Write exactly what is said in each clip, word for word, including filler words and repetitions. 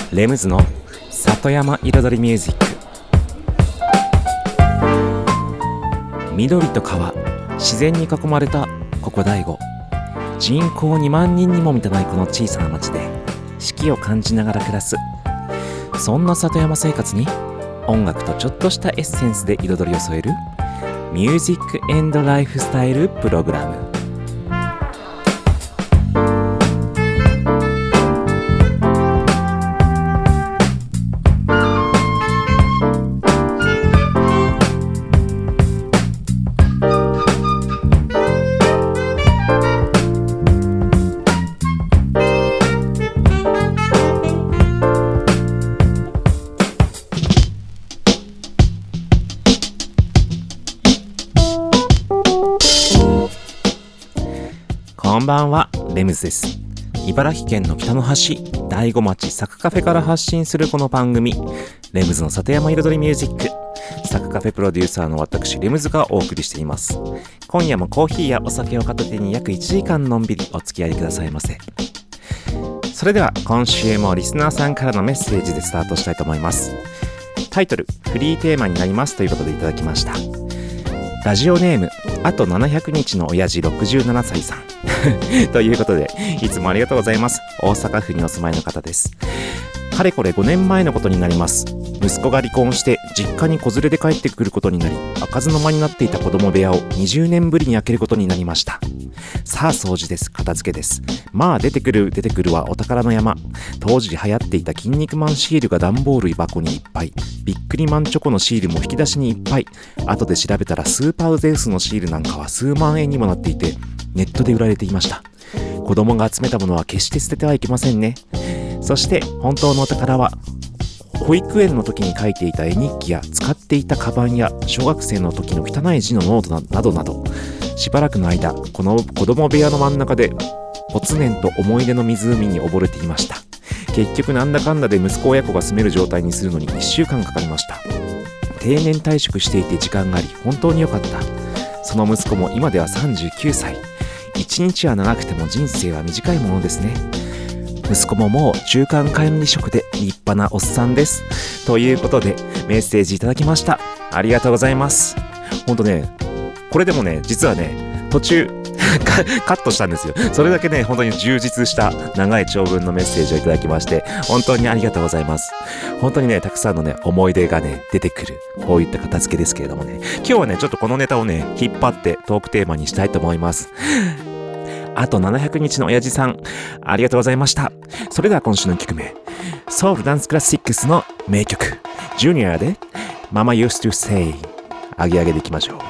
レムズの里山彩りミュージック。緑と川、自然に囲まれたここ大悟。人口にまんにんにも満たないこの小さな町で四季を感じながら暮らす、そんな里山生活に音楽とちょっとしたエッセンスで彩りを添えるミュージック&ライフスタイルプログラム。こんばんは、レムズです。茨城県の北の端、大子町サクカフェから発信するこの番組、レムズの里山彩りミュージック。サクカフェプロデューサーの私レムズがお送りしています。今夜もコーヒーやお酒を片手に約いちじかんのんびりお付き合いくださいませ。それでは今週もリスナーさんからのメッセージでスタートしたいと思います。タイトル、フリーテーマになりますということでいただきました。ラジオネーム、あとななひゃくにちの親父ろくじゅうななさいさんということで、いつもありがとうございます。大阪府にお住まいの方です。かれこれごねんまえのことになります。息子が離婚して実家に子連れで帰ってくることになり、開かずの間になっていた子供部屋をにじゅうねんぶりに開けることになりました。さあ掃除です、片付けです。まあ出てくる出てくるはお宝の山。当時流行っていた筋肉マンシールが段ボール箱にいっぱい、ビックリマンチョコのシールも引き出しにいっぱい。後で調べたらスーパーゼウスのシールなんかは数万円にもなっていて、ネットで売られていました。子供が集めたものは決して捨ててはいけませんね。そして本当のお宝は、保育園の時に書いていた絵日記や使っていたカバンや小学生の時の汚い字のノートなどなど、しばらくの間この子供部屋の真ん中でぽつねんと思い出の湖に溺れていました。結局なんだかんだで息子親子が住める状態にするのにいっしゅうかんかかりました。定年退職していて時間があり本当に良かった。その息子も今ではさんじゅうきゅうさい。一日は長くても人生は短いものですね。息子ももう中間管理職で立派なおっさんです。ということでメッセージいただきました。ありがとうございます。ほんとね、これでもね、実はね、途中カットしたんですよ。それだけね、本当に充実した長い長文のメッセージをいただきまして、本当にありがとうございます。本当にね、たくさんのね、思い出がね、出てくる、こういった片付けですけれどもね、今日はね、ちょっとこのネタをね、引っ張ってトークテーマにしたいと思います。あとななひゃくにちの親父さん、ありがとうございました。それでは今週のいっきょくめ、ソウルダンスクラシックスの名曲、ジュニアで Mama Used to Say、 上げ上げでいきましょう。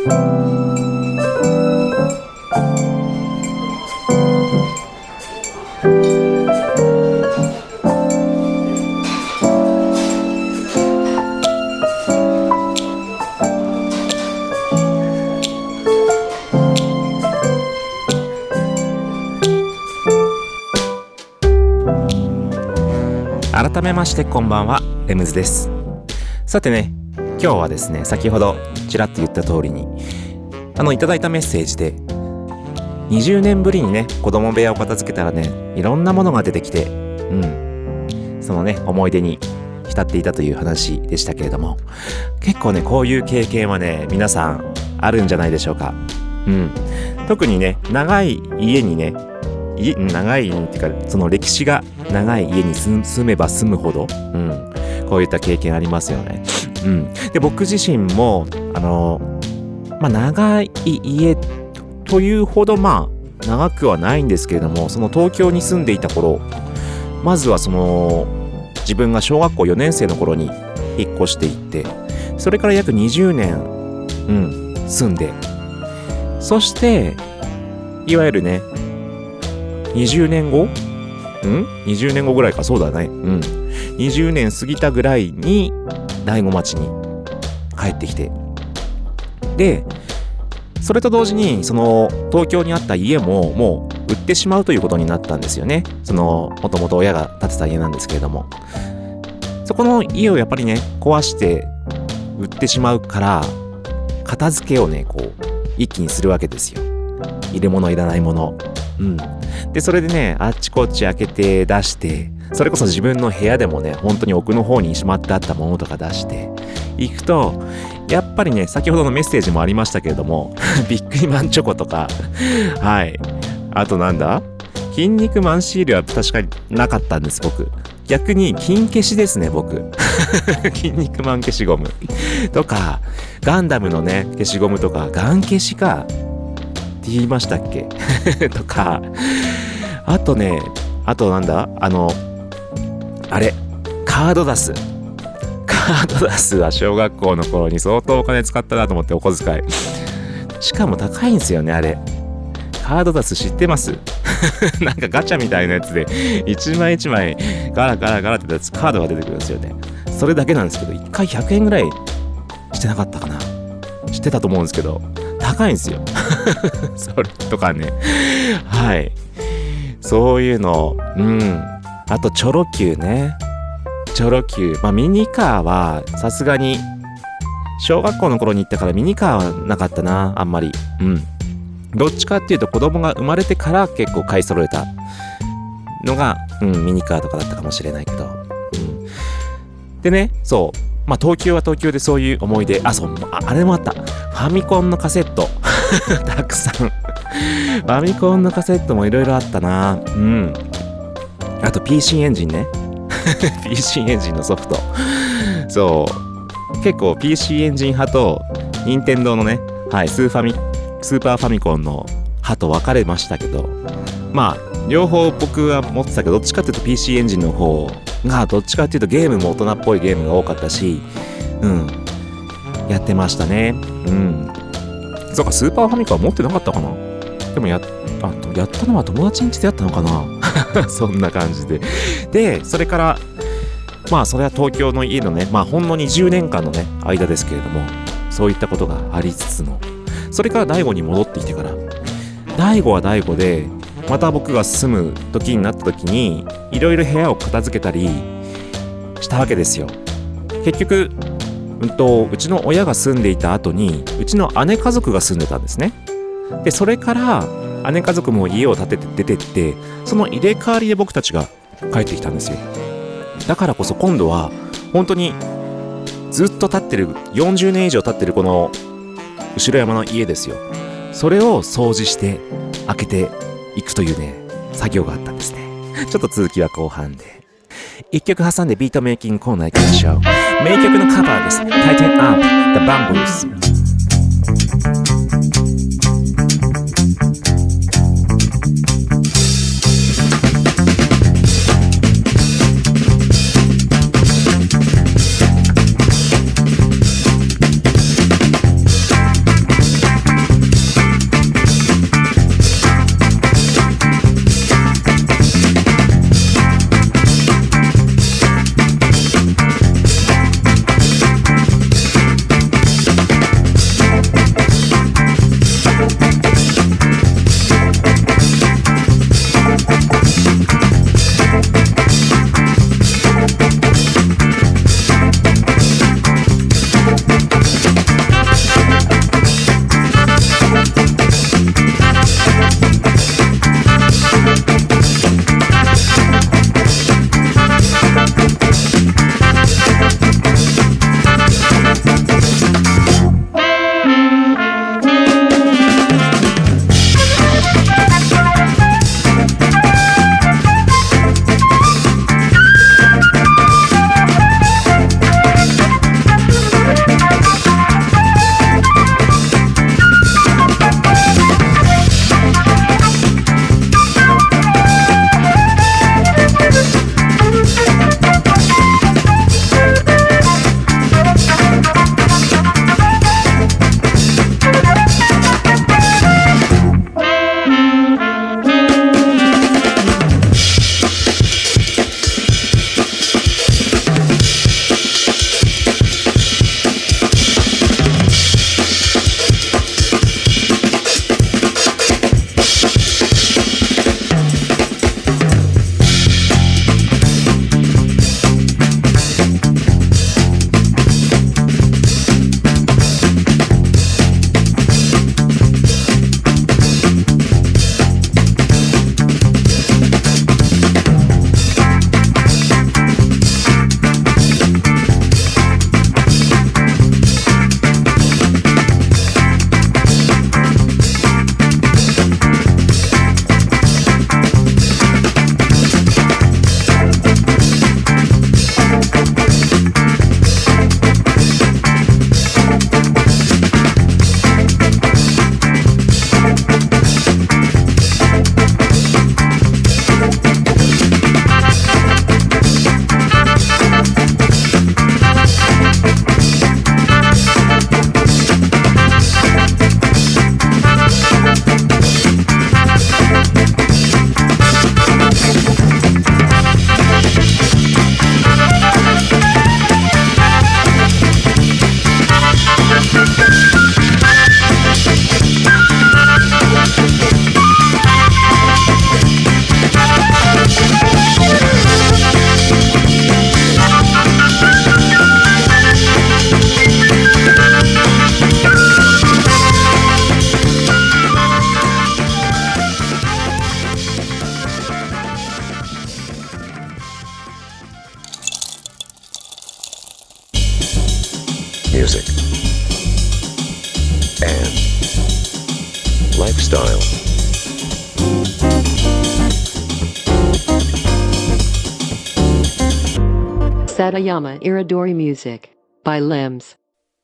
改めましてこんばんは、レムズです。さてね、今日はですね、先ほどちらっと言った通りにあのいただいたメッセージで、にじゅうねんぶりにね子供部屋を片付けたらね、いろんなものが出てきて、うんそのね思い出に浸っていたという話でしたけれども、結構ねこういう経験はね皆さんあるんじゃないでしょうか。うん特にね長い家にね家長いっていうか、その歴史が長い家に住めば住むほど、うん、こういった経験ありますよね。うん、で僕自身もあの、まあ、長い家というほどまあ長くはないんですけれども、その東京に住んでいた頃、まずはその自分が小学校よねん生の頃に引っ越していって、それから約にじゅうねん、うん、住んで、そしていわゆるねにじゅうねんごん ?にじゅうねんごぐらいか、そうだね。うん。にじゅうねん過ぎたぐらいに、大子町に帰ってきて。で、それと同時に、その、東京にあった家も、もう、売ってしまうということになったんですよね。その、もともと親が建てた家なんですけれども。そこの家をやっぱりね、壊して、売ってしまうから、片付けをね、こう、一気にするわけですよ。いるもの、いらないもの。うん。でそれでねあっちこっち開けて出して、それこそ自分の部屋でもね本当に奥の方にしまってあったものとか出していくと、やっぱりね先ほどのメッセージもありましたけれどもビックリマンチョコとかはい、あとなんだ筋肉マンシールは確かになかったんです。僕逆に金消しですね。僕筋肉マン消しゴムとかガンダムのね消しゴムとかガン消しかって言いましたっけとか、あとねあとなんだあのあれカードダスカードダスは小学校の頃に相当お金使ったなと思って、お小遣いしかも高いんですよね。あれカードダス知ってます？なんかガチャみたいなやつで一枚一枚ガラガラガラってやつカードが出てくるんですよね。それだけなんですけど、いっかいひゃくえんぐらいしてなかったかな。知ってたと思うんですけど高いんですよそれとかね、はいそういうの、うん。あとチョロ Q ね、チョロ Q、まあミニカーはさすがに小学校の頃に行ったからミニカーはなかったな、あんまり。うんどっちかっていうと子供が生まれてから結構買い揃えたのが、うん、ミニカーとかだったかもしれないけど、うん、でね、そうまあ東京は東京でそういう思い出、あそう あ, あれもあった、ファミコンのカセットたくさんファミコンのカセットもいろいろあったな。うんあと ピーシー エンジンねピーシー エンジンのソフト、そう結構 ピーシー エンジン派と任天堂のね、はいスーファミスーパーファミコンの派と分かれましたけど、まあ両方僕は持ってたけど、どっちかっていうと ピーシー エンジンの方がどっちかっていうとゲームも大人っぽいゲームが多かったし、うんやってましたね。うんそうか、スーパーファミコンは持ってなかったかな。でもやあやったのは友達ん家でやったのかなそんな感じで、でそれからまあそれは東京の家のね、まあほんのにじゅうねんかんのね間ですけれども、そういったことがありつつの、それから大悟に戻ってきてから、大悟は大悟でまた僕が住む時になった時にいろいろ部屋を片付けたりしたわけですよ。結局うんとうちの親が住んでいた後にうちの姉家族が住んでたんですね。でそれから姉家族も家を建てて出てって、その入れ替わりで僕たちが帰ってきたんですよ。だからこそ今度は本当にずっと経ってるよんじゅうねん以上経ってるこの後山の家ですよ。それを掃除して開けていくというね作業があったんですね。ちょっと続きは後半で。一曲挟んでビートメイキングコーナー行きましょう。名曲のカバーです。Tighten Up The Bamboos。 music and lifestyle. Satayama Iridori Music by Limbs.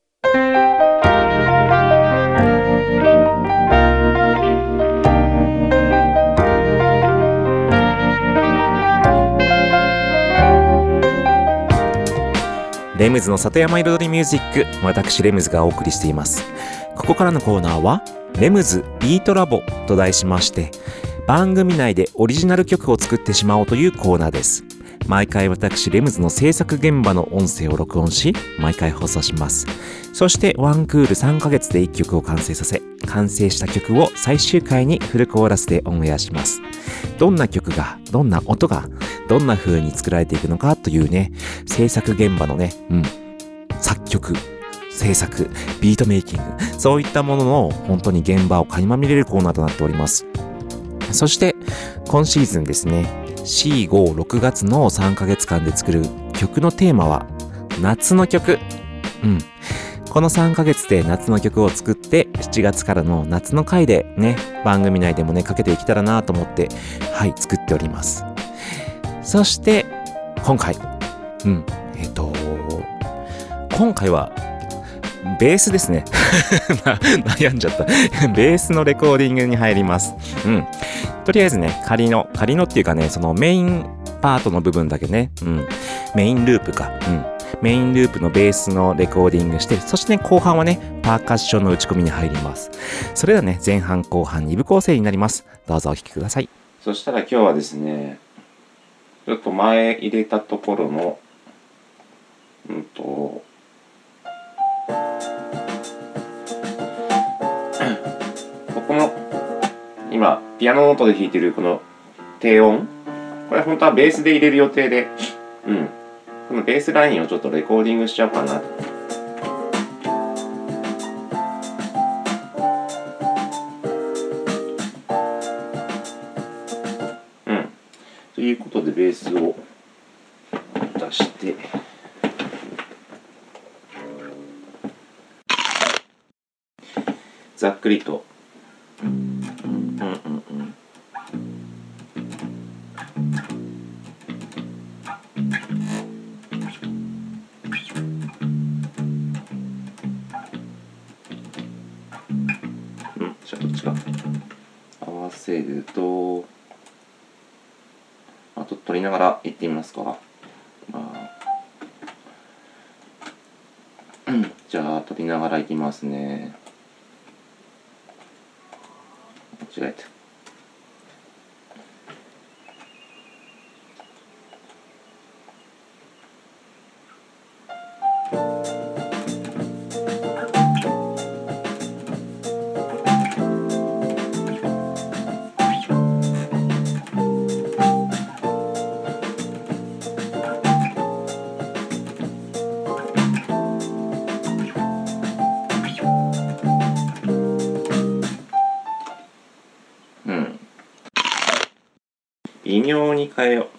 レムズの里山彩りミュージック、私レムズがお送りしています。ここからのコーナーはレムズビートラボと題しまして、番組内でオリジナル曲を作ってしまおうというコーナーです。毎回私レムズの制作現場の音声を録音し、毎回放送します。そしてワンクールさんかげつでいっきょくを完成させ、完成した曲を最終回にフルコーラスでオンエアします。どんな曲が、どんな音が、どんな風に作られていくのかというね、制作現場のね、うん、作曲、制作、ビートメイキング、そういったものの本当に現場を垣間見れるコーナーとなっております。そして今シーズンですね、よん、ご、ろくがつのさんかげつかんで作る曲のテーマは夏の曲。うん。このさんかげつで夏の曲を作って、しちがつからの夏の回でね、番組内でもね、かけていけたらなと思って、はい、作っております。そして、今回。うん。えっと、今回は、ベースですね。悩んじゃった。ベースのレコーディングに入ります。うん。とりあえずね、仮の、仮のっていうかね、そのメインパートの部分だけね、うん。メインループか。うん。メインループのベースのレコーディングして、そしてね、後半はね、パーカッションの打ち込みに入ります。それではね、前半後半に部構成になります。どうぞお聴きください。そしたら今日はですね、ちょっと前入れたところの、うんと、ここの、今、ピアノの音で弾いてるこの低音、これ本当はベースで入れる予定で、うん。このベースラインをちょっとレコーディングしちゃおうかなと。うん。ということでベースを出して、ざっくりと、うんうんうん。どっちか合わせると、あと取りながらいってみますか。まあ、うん、じゃあ取りながらいきますね。間違えた。微妙に変えよう。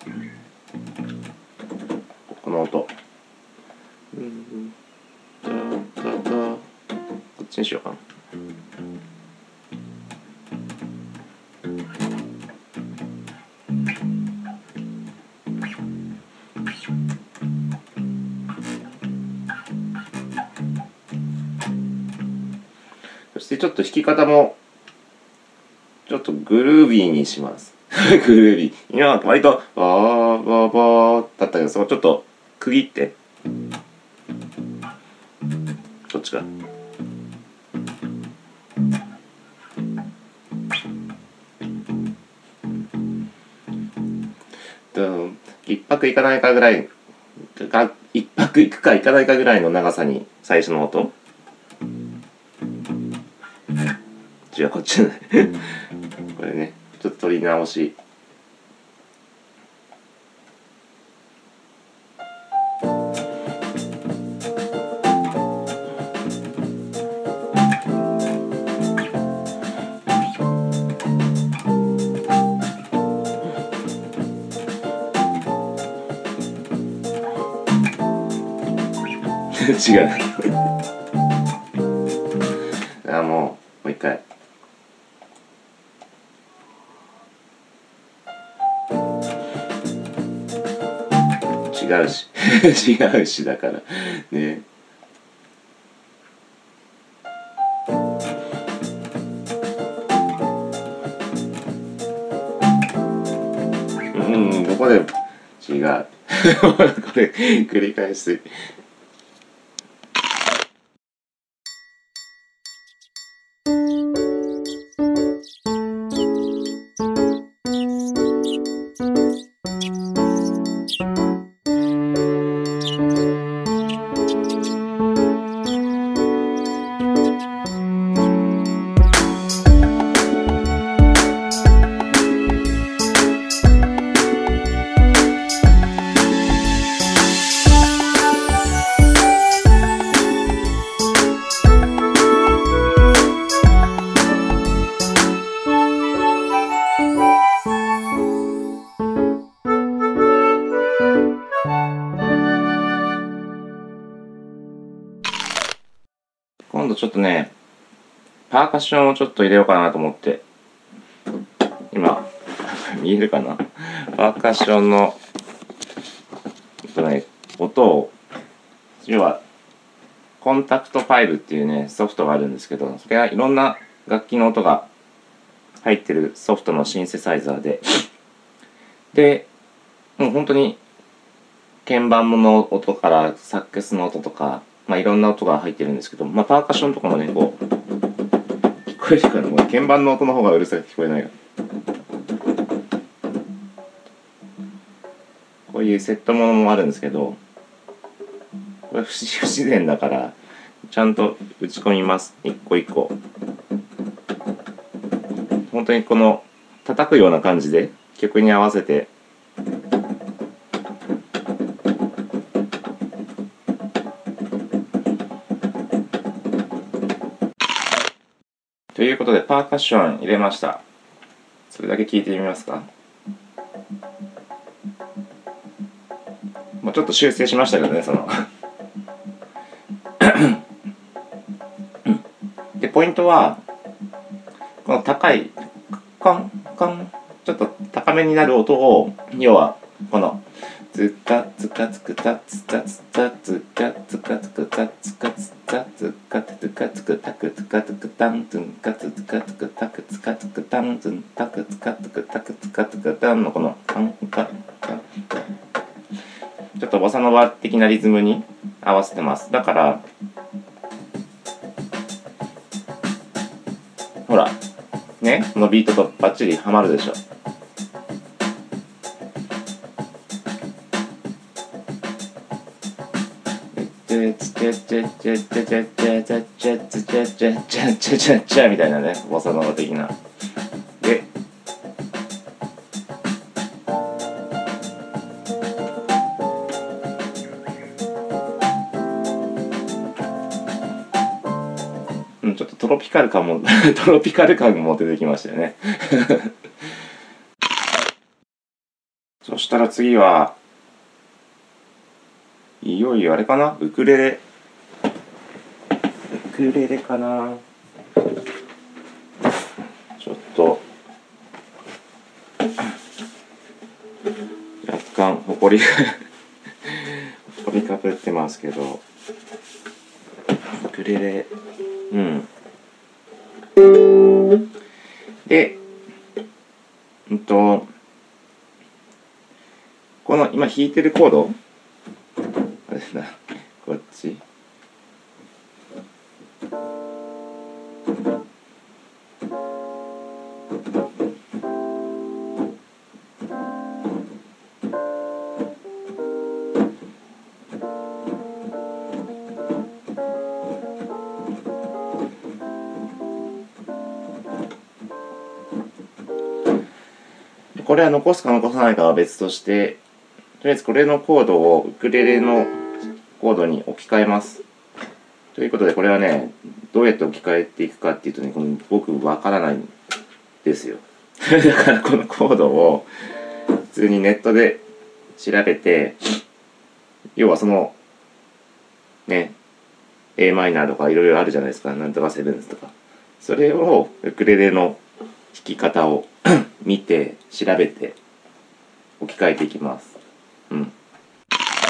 この音。うんだだだこっちにしようかな。そしてちょっと弾き方もちょっとグルービーにします。グルービー。今は割とバーバーバーだったけど、そこちょっと区切って。どっちか。一拍いかないかぐらいが、一拍いくかいかないかぐらいの長さに最初の音。違う、こっちじゃない。これね、ちょっと取り直し。違う。 違うし違うしだからね。うん、ここで違うこれ繰り返し今度ちょっとねパーカッションをちょっと入れようかなと思って、今見えるかな、パーカッションの、えっとね、音を、要はコンタクトファイルっていうねソフトがあるんですけど、それはいろんな楽器の音が入ってるソフトのシンセサイザーで、でもう本当に鍵盤の音からサックスの音とか、まあ、いろんな音が入ってるんですけど、まあ、パーカッションとかもねこう聞こえるから、もう鍵盤の音の方がうるさく聞こえないよ。こういうセットものもあるんですけど、これ不自然だからちゃんと打ち込みます、一個一個。本当にこの叩くような感じで曲に合わせてということでパーカッション入れました。それだけ聞いてみますか。もうちょっと修正しましたけどね、そのでポイントはこの高いカンカンちょっと高めになる音を、要はこのつかつかつくたつかつかつかつかつくたつかつかつかつかつくたくつかつくたんつんかつかつくたくつかつくたんつんたくつかつくたくつかつくたんのこのカンカンカンちょっとボサノバ的なリズムに合わせてます。だからほらね、このビートとバッチリハマるでしょ。みたいなね、ボサノバ的な。で、うん、ちょっとトロピカル感もトロピカル感も出てきましたよねそしたら次はいよいよあれかな、ウクレレウクレレかな。ちょっと若干ほこりほこりかぶってますけど、ウクレレうんでうんとこの今弾いてるコードあれだな、こっちこれは残すか残さないかは別として、とりあえずこれのコードをウクレレのコードに置き換えます。ということでこれはね、どうやって置き換えていくかっていうとね、この僕わからないんですよだからこのコードを普通にネットで調べて、要はそのね エー マイナーとかいろいろあるじゃないですか、なんとかセブンスとか、それをウクレレの弾き方を見て調べて置き換えていきます。うん。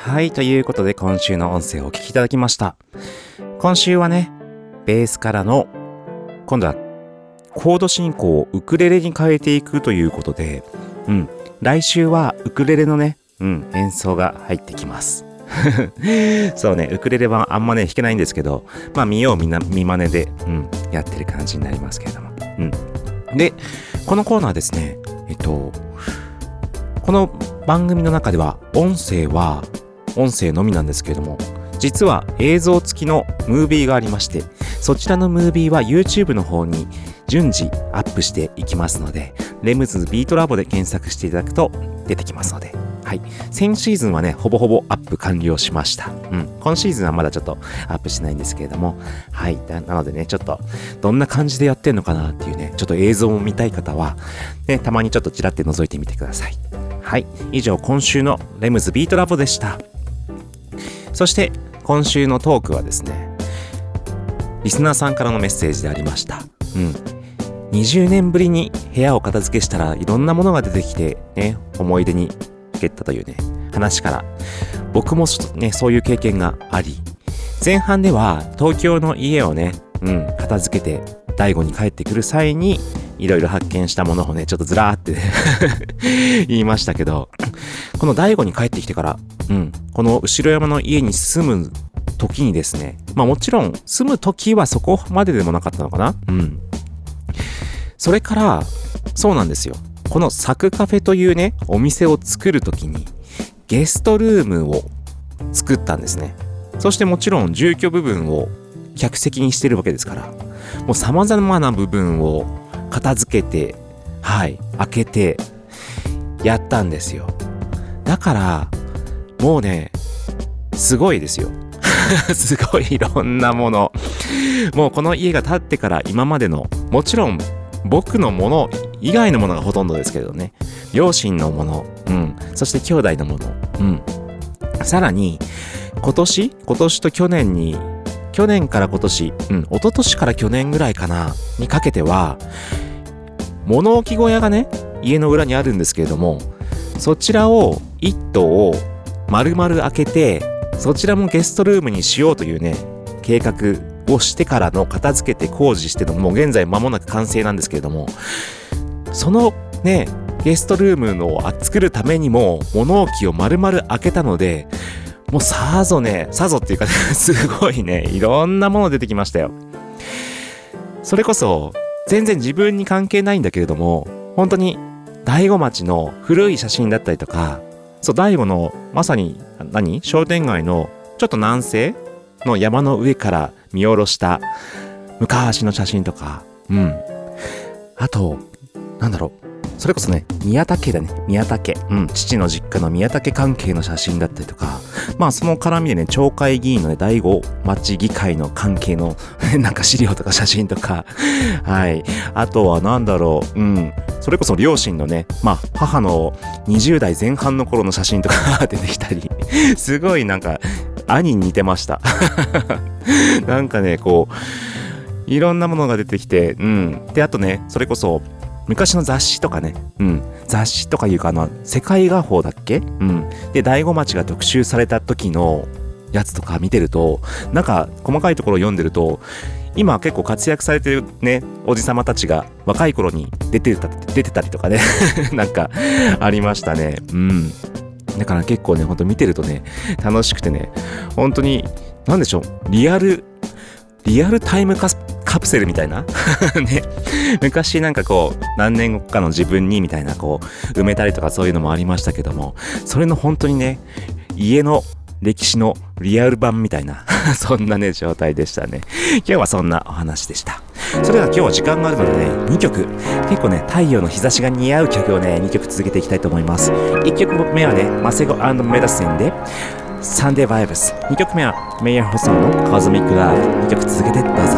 はい、ということで今週の音声をお聞きいただきました。今週はね、ベースからの今度はコード進行をウクレレに変えていくということで、うん、来週はウクレレのね、うん、演奏が入ってきます。そうね、ウクレレはあんまね弾けないんですけど、まあ見よう見な見真似で、うん、やってる感じになりますけれども、うん。で、このコーナーですね、えっとこの番組の中では音声は音声のみなんですけれども、実は映像付きのムービーがありまして、そちらのムービーは YouTube の方に順次アップしていきますので、レムズビートラボで検索していただくと出てきますので、はい。先シーズンはね、ほぼほぼアップ完了しました。うん。今シーズンはまだちょっとアップしてないんですけれども、はい。なのでね、ちょっとどんな感じでやってんのかなっていうね、ちょっと映像を見たい方は、ね、たまにちょっとちらって覗いてみてください。はい。以上、今週のレムズビートラボでした。そして、今週のトークはですね、リスナーさんからのメッセージでありました。うん。にじゅうねんぶりに部屋を片付けしたらいろんなものが出てきてね、思い出に蹴ったというね、話から、僕もね、そういう経験があり、前半では東京の家をね、うん、片付けて大悟に帰ってくる際にいろいろ発見したものをね、ちょっとずらーって言いましたけど、この大悟に帰ってきてから、うん、この後ろ山の家に住む時にですね、まあもちろん住む時はそこまででもなかったのかな。うん。それから、そうなんですよ。このサクカフェというね、お店を作る時にゲストルームを作ったんですね。そしてもちろん住居部分を客席にしてるわけですから、もう様々な部分を片付けて、はい、開けてやったんですよ。だからもうね、すごいですよ。すごいいろんなもの。もうこの家が建ってから今までの、もちろん僕のもの以外のものがほとんどですけどね。両親のもの、うん、そして兄弟のもの、うん。さらに今年、今年と去年に、去年から今年、うん、一昨年から去年ぐらいかなにかけては、物置小屋がね、家の裏にあるんですけれども、そちらを一棟を丸々開けて、そちらもゲストルームにしようというね、計画をしてからの片付けて工事しての、もう現在間もなく完成なんですけれども、そのね、ゲストルームの作るためにも物置を丸々開けたので、もうさぞね、さぞっていうかね、すごいね、いろんなもの出てきましたよ。それこそ全然自分に関係ないんだけれども、本当に大子町の古い写真だったりとか、そう、大子のまさに何商店街のちょっと南西の山の上から見下ろした昔の写真とか、うん。あと、なんだろう。それこそね、宮田家だね。宮田家。うん。父の実家の宮田家関係の写真だったりとか、まあその絡みでね、町会議員のね、大子町議会の関係のなんか資料とか写真とか、はい。あとはなんだろう。うん。それこそ両親のね、まあ母のにじゅう代前半の頃の写真とか出てきたり、すごいなんか兄に似てました。なんかね、こう、いろんなものが出てきて、うん。で、あとね、それこそ、昔の雑誌とかね、うん。雑誌とかいうか、あの、世界画報だっけ？うん。で、大子町が特集された時のやつとか見てると、なんか、細かいところを読んでると、今結構活躍されてるね、おじさまたちが若い頃に出てた、出てたりとかね、なんか、ありましたね。うん。だから結構ね、ほんと見てるとね、楽しくてね、本当に、なんでしょう、リアル、リアルタイムカスカプセルみたいなね、昔なんかこう何年後かの自分にみたいなこう埋めたりとかそういうのもありましたけども、それの本当にね、家の歴史のリアル版みたいなそんなね状態でしたね。今日はそんなお話でした。それでは今日は時間があるのでね、にきょく結構ね、太陽の日差しが似合う曲をねにきょく続けていきたいと思います。いっきょくめはね、マセゴ&メダセンでサンデーバイブス、にきょくめはメイヤー・ホソンのコズミック・ラブ、にきょく続けてどうぞ。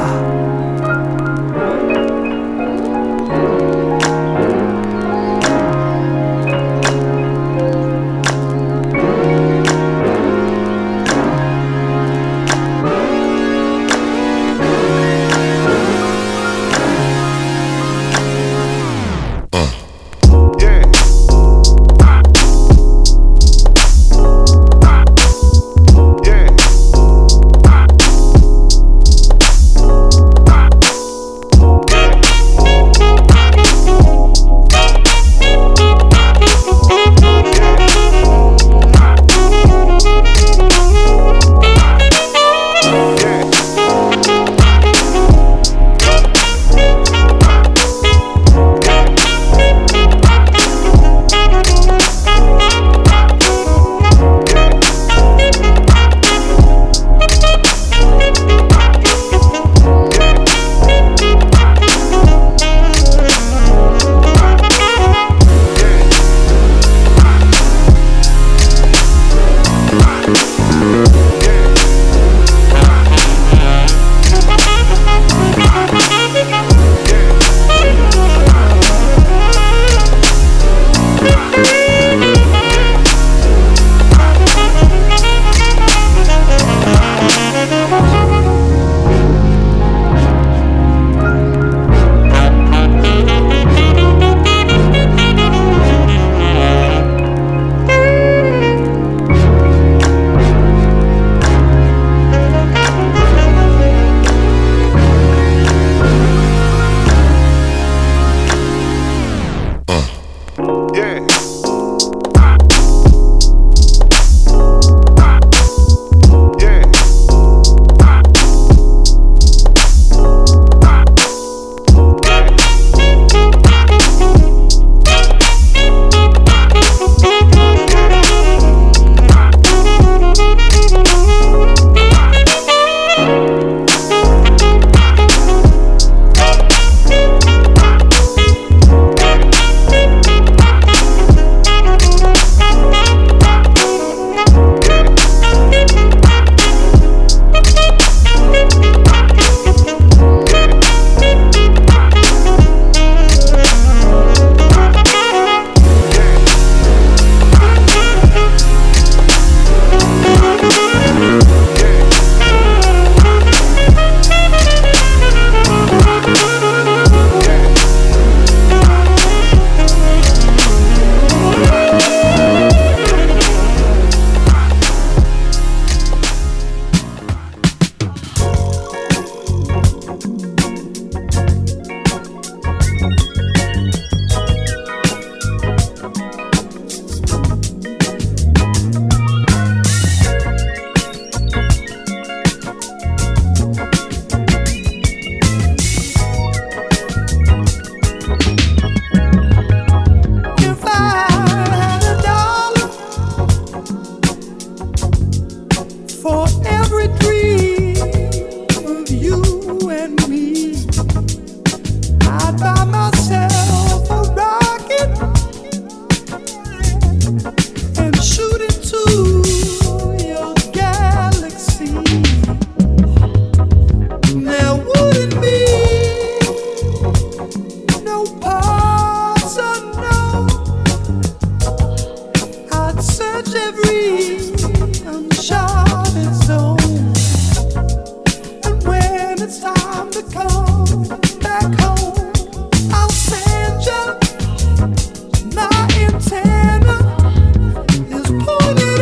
every uncharted zone. And when it's time to come back home, I'll send you my antenna is pointed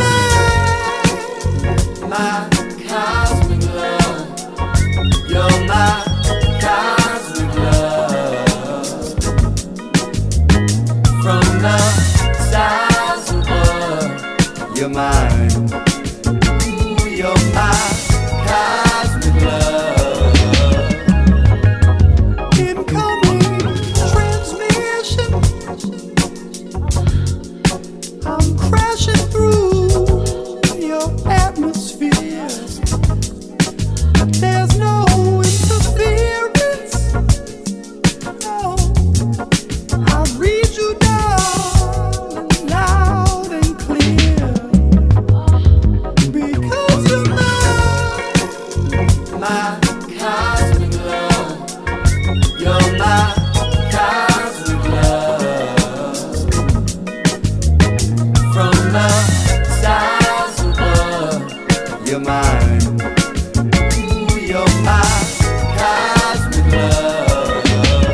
at my cosmic love. You're my cosmic love. From the stars above, you're mine. Ooh, you're my cosmic love. Incoming transmission, I'm crashing through your atmosphere. There's no interference. No, I read you down loud and clear. Because you're mine, my cosmic love. You're my cosmic love. From the stars above, you're mine. Ooh, you're my cosmic love.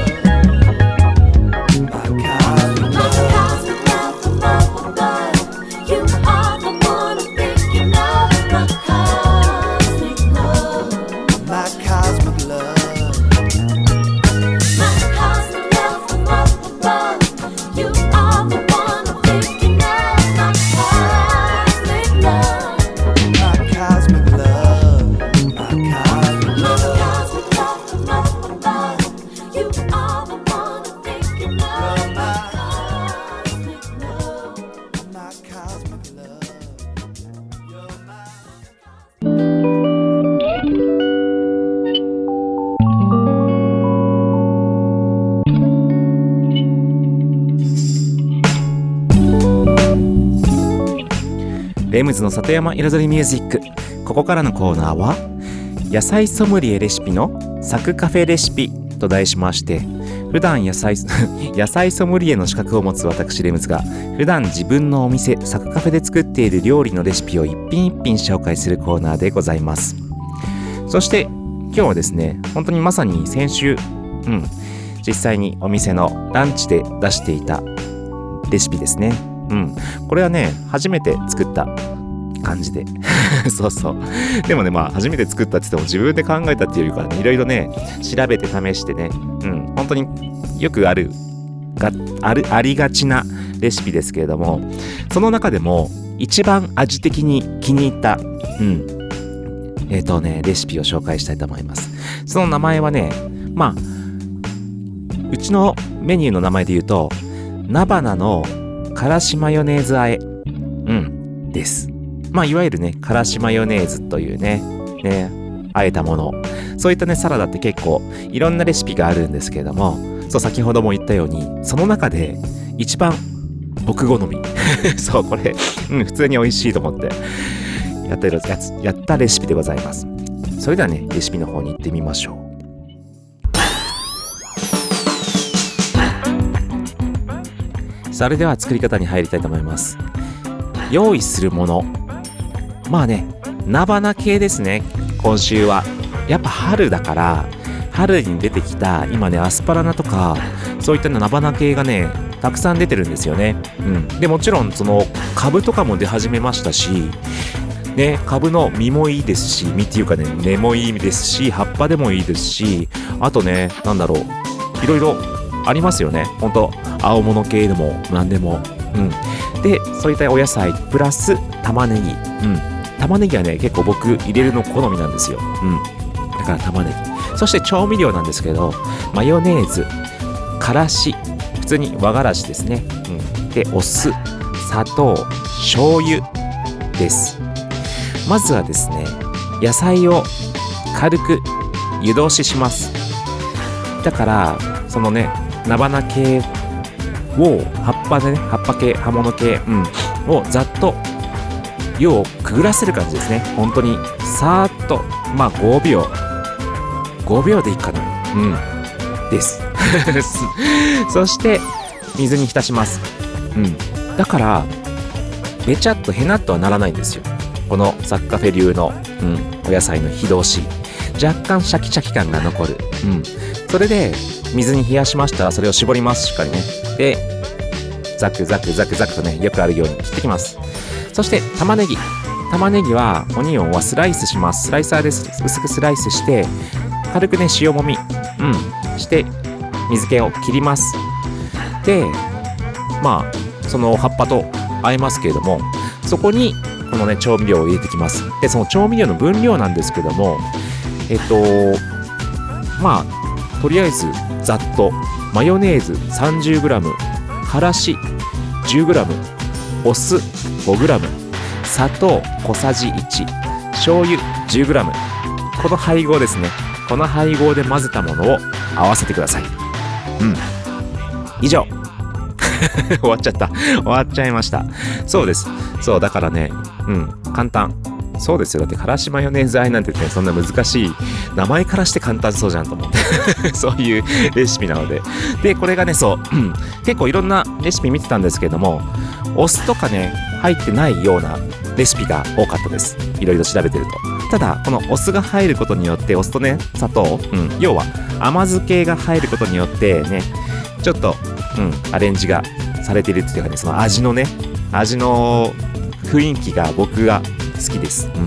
My cosmic My love. cosmic love from up above. You are the one I'm thinking of. My cosmic love. My cosmic love. My cosmic love from up above. You are the one I'm thinking of. My cosmic love. My cosmic love. My cosmic My love. cosmic love from up above. You are the one I'm thinking of. You're My my, cosmic love. my cosmic love. You're my. レムズの里山彩りミュージック。ここからのコーナーは野菜ソムリエレシピのサクカフェレシピと題しまして、普段野菜野菜ソムリエの資格を持つ私レムズが普段自分のお店サクカフェで作っている料理のレシピを一品一品紹介するコーナーでございます。そして今日はですね、本当にまさに先週、うん、実際にお店のランチで出していたレシピですね。うん、これはね初めて作った感じでそうそう。でもね、まあ初めて作ったって言っても自分で考えたっていうよりかね、いろいろね調べて試してね、うん、本当によくあるがあるありがちなレシピですけれども、その中でも一番味的に気に入った、うん、えっとねレシピを紹介したいと思います。その名前はね、まあうちのメニューの名前で言うと菜花のからしマヨネーズ和え、うんです。まあいわゆるねからしマヨネーズというねね和えたもの、そういったねサラダって結構いろんなレシピがあるんですけれども、そう先ほども言ったようにその中で一番僕好みそうこれ、うん、普通に美味しいと思ってやってるやつやったレシピでございます。それではねレシピの方に行ってみましょう。それでは作り方に入りたいと思います。用意するもの、まあね菜花系ですね。今週はやっぱ春だから春に出てきた今ねアスパラナとかそういった菜花系がねたくさん出てるんですよね。うん、でもちろんその株とかも出始めましたしね、株の実もいいですし、実っていうかね根もいいですし、葉っぱでもいいですし、あとねなんだろういろいろありますよね。ほんと青物系でも何でも、うん、でそういったお野菜プラス玉ねぎ、うん、玉ねぎはね結構僕入れるの好みなんですよ。うん、だから玉ねぎ、そして調味料なんですけどマヨネーズ、からし、普通に和がらしですね、うん、でお酢、砂糖、醤油です。まずはですね野菜を軽く湯通しします。だからそのね菜花系を葉っぱでね葉っぱ系葉物系、うん、をざっと湯をくぐらせる感じですね。本当にさーっと、まあごびょうごびょうでいいかな、うんですそして水に浸します。うん、だからべちゃっとへなっとはならないんですよ。このサッカフェ流の、うん、お野菜の火通し、若干シャキシャキ感が残る。うん。それで水に冷やしましたらそれを絞ります。しっかりね。で、ザクザクザクザクとね、よくあるように切ってきます。そして玉ねぎ。玉ねぎはオニオンはスライスします。スライサーです。薄くスライスして、軽くね、塩もみ、うん、して水気を切ります。で、まあその葉っぱと和えますけれども、そこにこのね調味料を入れてきます。で、その調味料の分量なんですけども、えっとまあとりあえずざっとマヨネーズ さんじゅうグラム、 からし じゅうグラム、 お酢 ごグラム、 砂糖小さじいち、醤油 じゅうグラム、 この配合ですね。この配合で混ぜたものを合わせてください。うん、以上終わっちゃった終わっちゃいました。そうです。そうだからね、うん、簡単。そうですよ。だってからしマヨネーズ和えなんてね、そんな難しい、名前からして簡単そうじゃんと思ってそういうレシピなので、でこれがね、そう結構いろんなレシピ見てたんですけども、お酢とかね入ってないようなレシピが多かったです。いろいろ調べてると。ただこのお酢が入ることによって、お酢とね砂糖、うん、要は甘漬けが入ることによってね、ちょっと、うん、アレンジがされているっていうかね、その味のね味の雰囲気が僕が好きです。うん、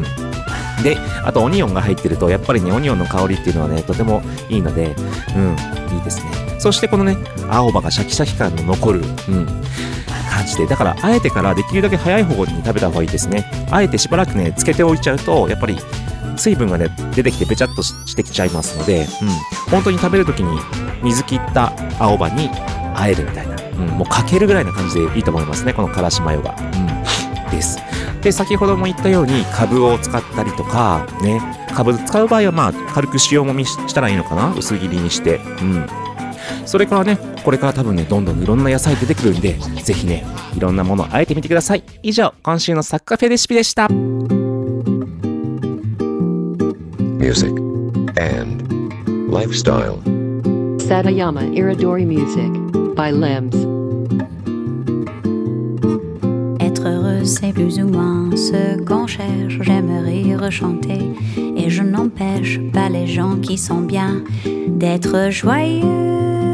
で、あとオニオンが入ってるとやっぱりね、オニオンの香りっていうのはねとてもいいので、うん、いいですね。そしてこのね青葉がシャキシャキ感の残る、うん、感じで、だからあえてからできるだけ早い方に食べた方がいいですね。あえてしばらくねつけておいちゃうと、やっぱり水分がね出てきてべちゃっとしてきちゃいますので、うん、本当に食べるときに水切った青葉にあえるみたいな、うん、もうかけるぐらいな感じでいいと思いますね、このからしマヨが、うん、です。で、先ほども言ったようにカブを使ったりとかね、カブ使う場合はまあ軽く塩もみしたらいいのかな、薄切りにして、うん。それからね、これから多分ねどんどんいろんな野菜出てくるんで、ぜひねいろんなものをあえてみてください。以上、今週のサッカフェレシピでした。 Music and lifestyle. Satayama Iridori Music by Limbs. Être heureux, c'est plus ou moins ce qu'on cherche. J'aimerais rechanter et je n'empêche pas les gens qui sont bien d'être joyeux.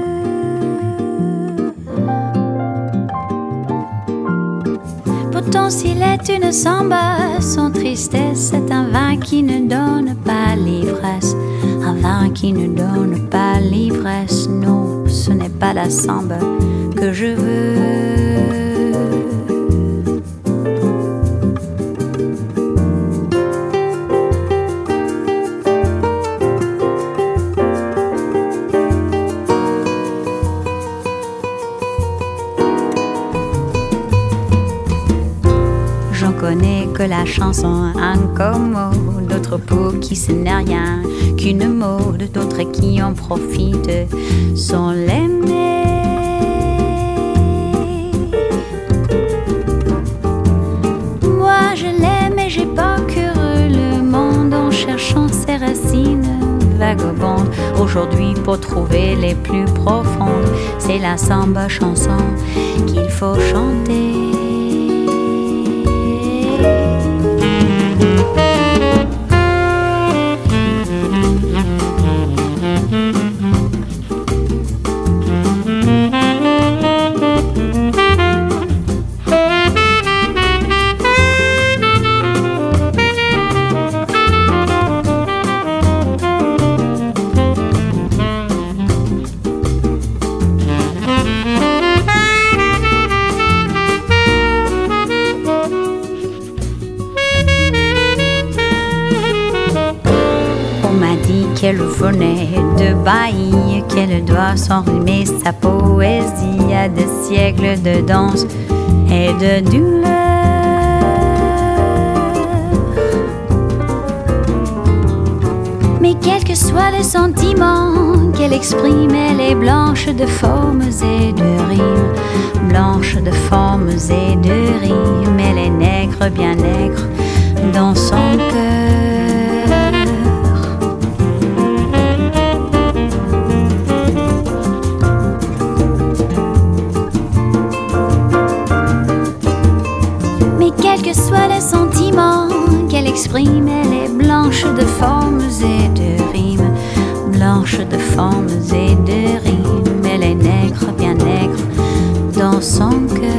Pourtant, s'il est une samba, son tristesse est un vin qui ne donne pas l'ivresse. Un vin qui ne donne pas l'ivresse. Non, ce n'est pas la samba que je veux. Connais que la chanson un como, d'autres pour qui ce n'est rien qu'une mode, d'autres qui en profitent sans l'aimer. Moi je l'aime et j'ai parcouru le monde en cherchant ses racines vagabondes. Aujourd'hui pour trouver les plus profondes, c'est la samba chanson qu'il faut chanter. Qu'elle venait de Bahie, qu'elle doit s'enrhumer sa poésie à des siècles de danse et de douleur. Mais quels que soient les sentiments qu'elle exprime, elle est blanche de formes et de rimes, blanche de formes et de rimes. Elle est nègre, bien nègre dans son cœur. quels que soient les sentiments qu'elle exprime, elle est blanche de formes et de rimes, blanche de formes et de rimes, elle est nègre, bien nègre dans son cœur.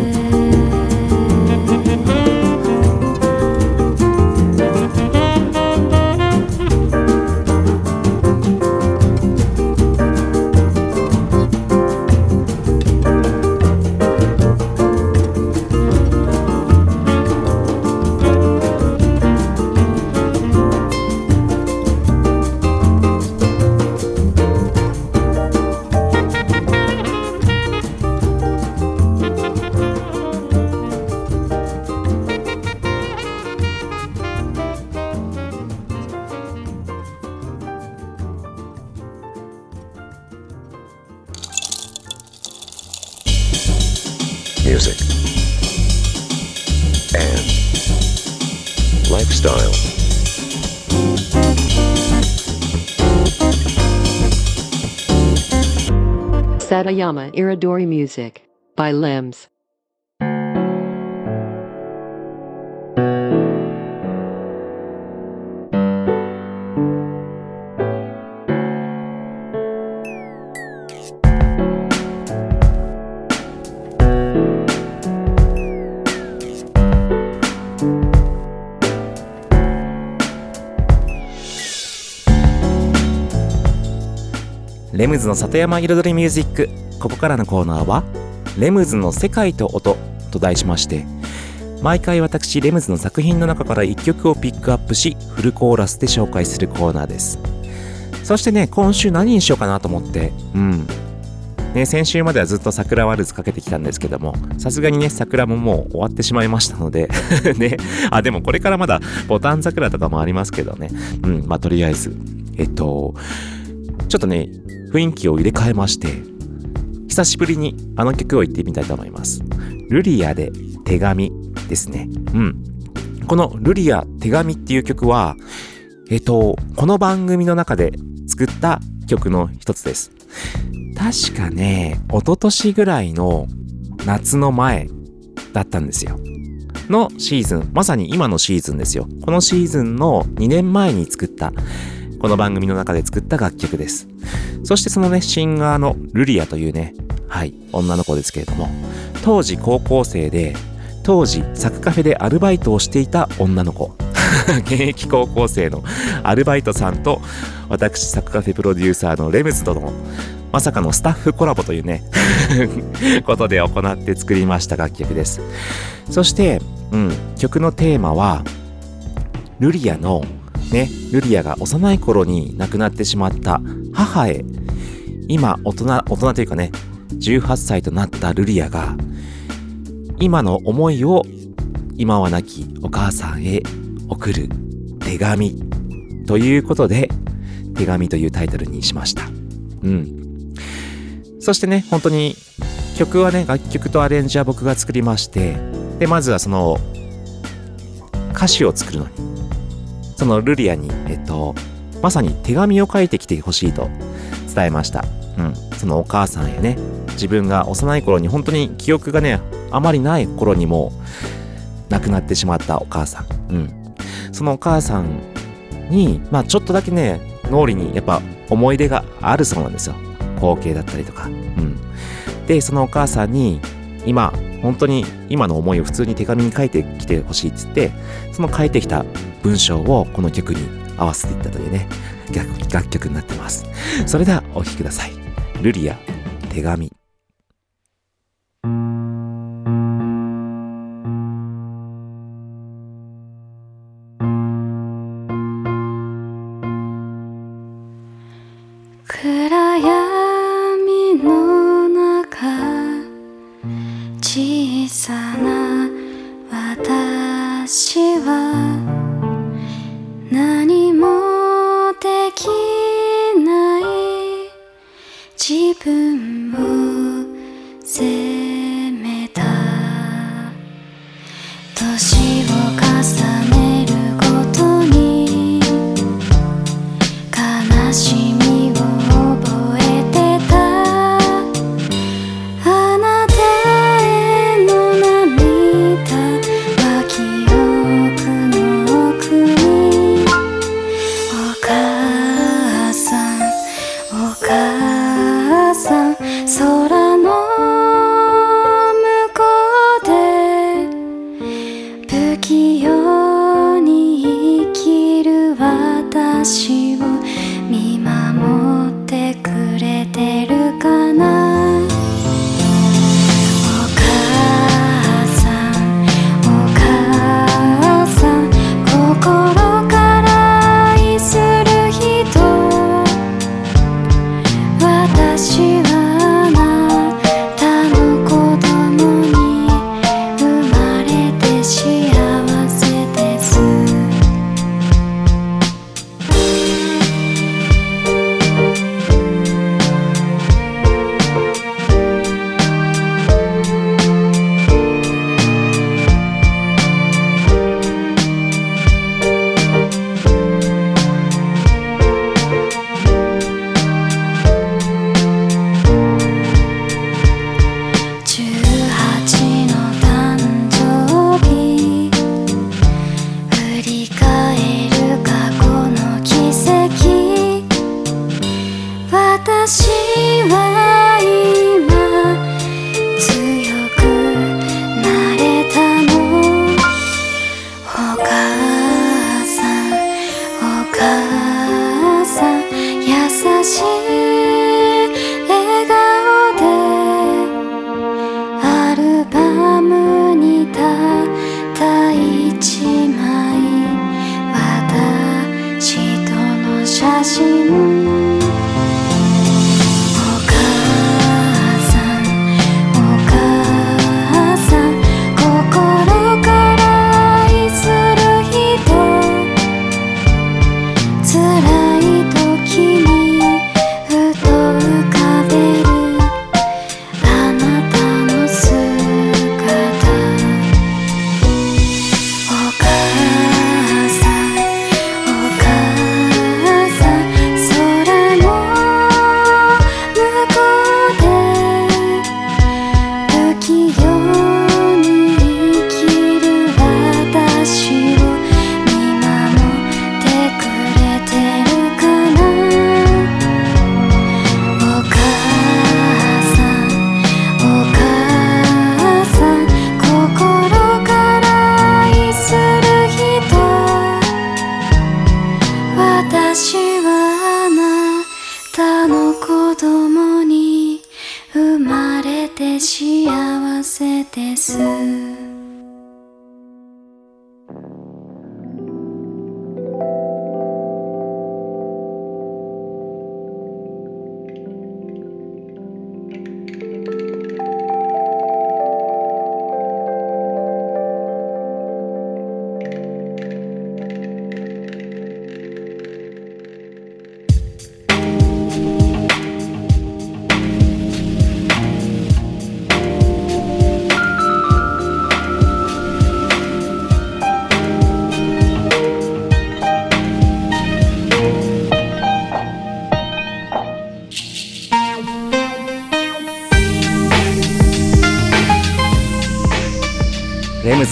Music and lifestyle. Satayama Iridori Music by Lems. レムズの里山彩りミュージック。ここからのコーナーはレムズの世界と音と題しまして、毎回私レムズの作品の中からいっきょくをピックアップし、フルコーラスで紹介するコーナーです。そしてね、今週何にしようかなと思ってうんね、先週まではずっと桜ワルツかけてきたんですけども、さすがにね桜ももう終わってしまいましたのでね、あでもこれからまだボタン桜とかもありますけどね、うんまあとりあえずえっとちょっとね雰囲気を入れ替えまして、久しぶりにあの曲を言ってみたいと思います。ルリアで手紙ですね。うん。このルリア手紙っていう曲は、えっと、この番組の中で作った曲の一つです。確かね、一昨年ぐらいの夏の前だったんですよ。のシーズン、まさに今のシーズンですよ。このシーズンのにねんまえに作ったこの番組の中で作った楽曲です。そしてそのね、シンガーのルリアというね、はい、女の子ですけれども、当時高校生で、当時サクカフェでアルバイトをしていた女の子。現役高校生のアルバイトさんと、私サクカフェプロデューサーのレムズとのまさかのスタッフコラボというね、ことで行って作りました楽曲です。そして、うん、曲のテーマは、ルリアのね、ルリアが幼い頃に亡くなってしまった母へ、今大人、大人というかね、じゅうはっさいとなったルリアが、今の思いを今は亡きお母さんへ送る手紙ということで、手紙というタイトルにしました。うん。そしてね、本当に曲はね、楽曲とアレンジは僕が作りまして、で、まずはその歌詞を作るのに、そのルリアに、えっと、まさに手紙を書いてきてほしいと伝えました。うん。そのお母さんへね、自分が幼い頃に本当に記憶がね、あまりない頃にも亡くなってしまったお母さん。うん。そのお母さんに、まあちょっとだけね、脳裏にやっぱ思い出があるそうなんですよ。光景だったりとか。うん。で、そのお母さんに、今、本当に今の思いを普通に手紙に書いてきてほしいっつって、その書いてきた文章をこの曲に合わせていったというね、楽, 楽曲になってます。それではお聴きください。ルリア、手紙。 暗闇の中、小さな私は何もできない自分を責めた。年を重ねるごとに悲しみを覚えてた。あなたへの涙は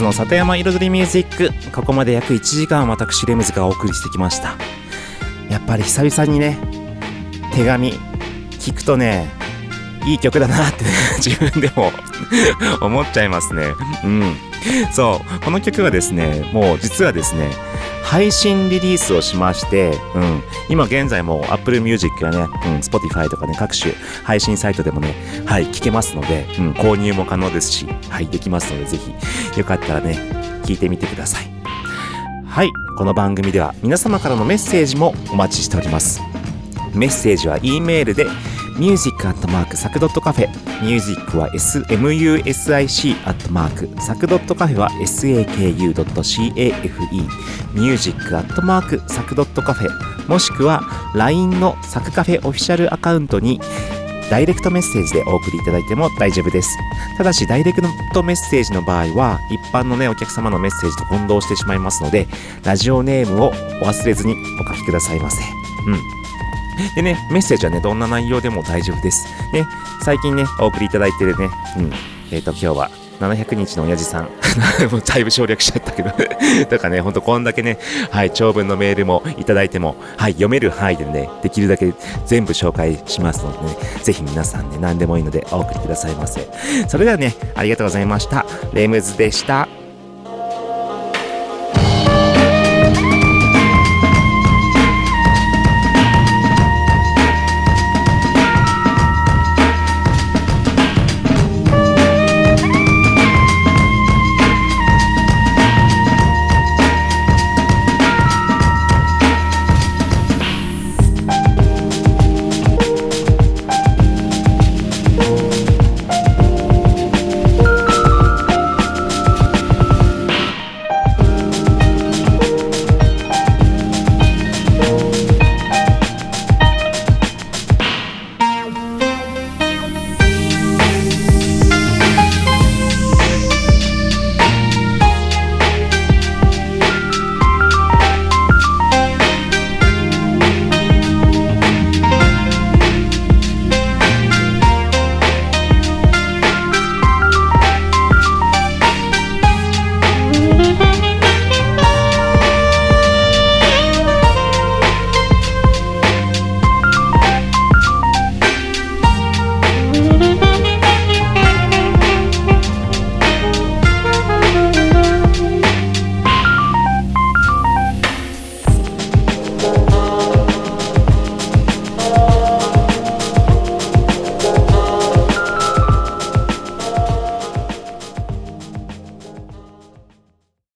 の里山彩りミュージック、ここまで約いちじかん私レムズがお送りしてきました。やっぱり久々にね手紙聞くとねいい曲だなって、ね、自分でも思っちゃいますね。うん、そうこの曲はですねもう実はですね配信リリースをしまして、うん、今現在も Apple Music やね、うん、Spotify とかね各種配信サイトでもねはい聴けますので、うん、購入も可能ですし、はいできますのでぜひよかったらね聴いてみてください。はい、この番組では皆様からのメッセージもお待ちしております。メッセージは E メールでミュージックアットマークサクドットカフェ、ミュージックは エスエムユーエスアイシー アットマークサクドットカフェは エスエーケーユードットカフェ、ミュージックアットマークサクドットカフェ、もしくは ライン のサクカフェオフィシャルアカウントにダイレクトメッセージでお送りいただいても大丈夫です。ただしダイレクトメッセージの場合は一般のねお客様のメッセージと混同してしまいますので、ラジオネームをお忘れずにお書きくださいませ。うんでね、メッセージはねどんな内容でも大丈夫ですね。最近ねお送りいただいてるね、うんえーと今日はななひゃくにちの親父さんもうだいぶ省略しちゃったけどだからねほんとこんだけねはい長文のメールもいただいてもはい読める範囲でねできるだけ全部紹介しますのでね、ぜひ皆さんね何でもいいのでお送りくださいませ。それではねありがとうございました。レムズでした。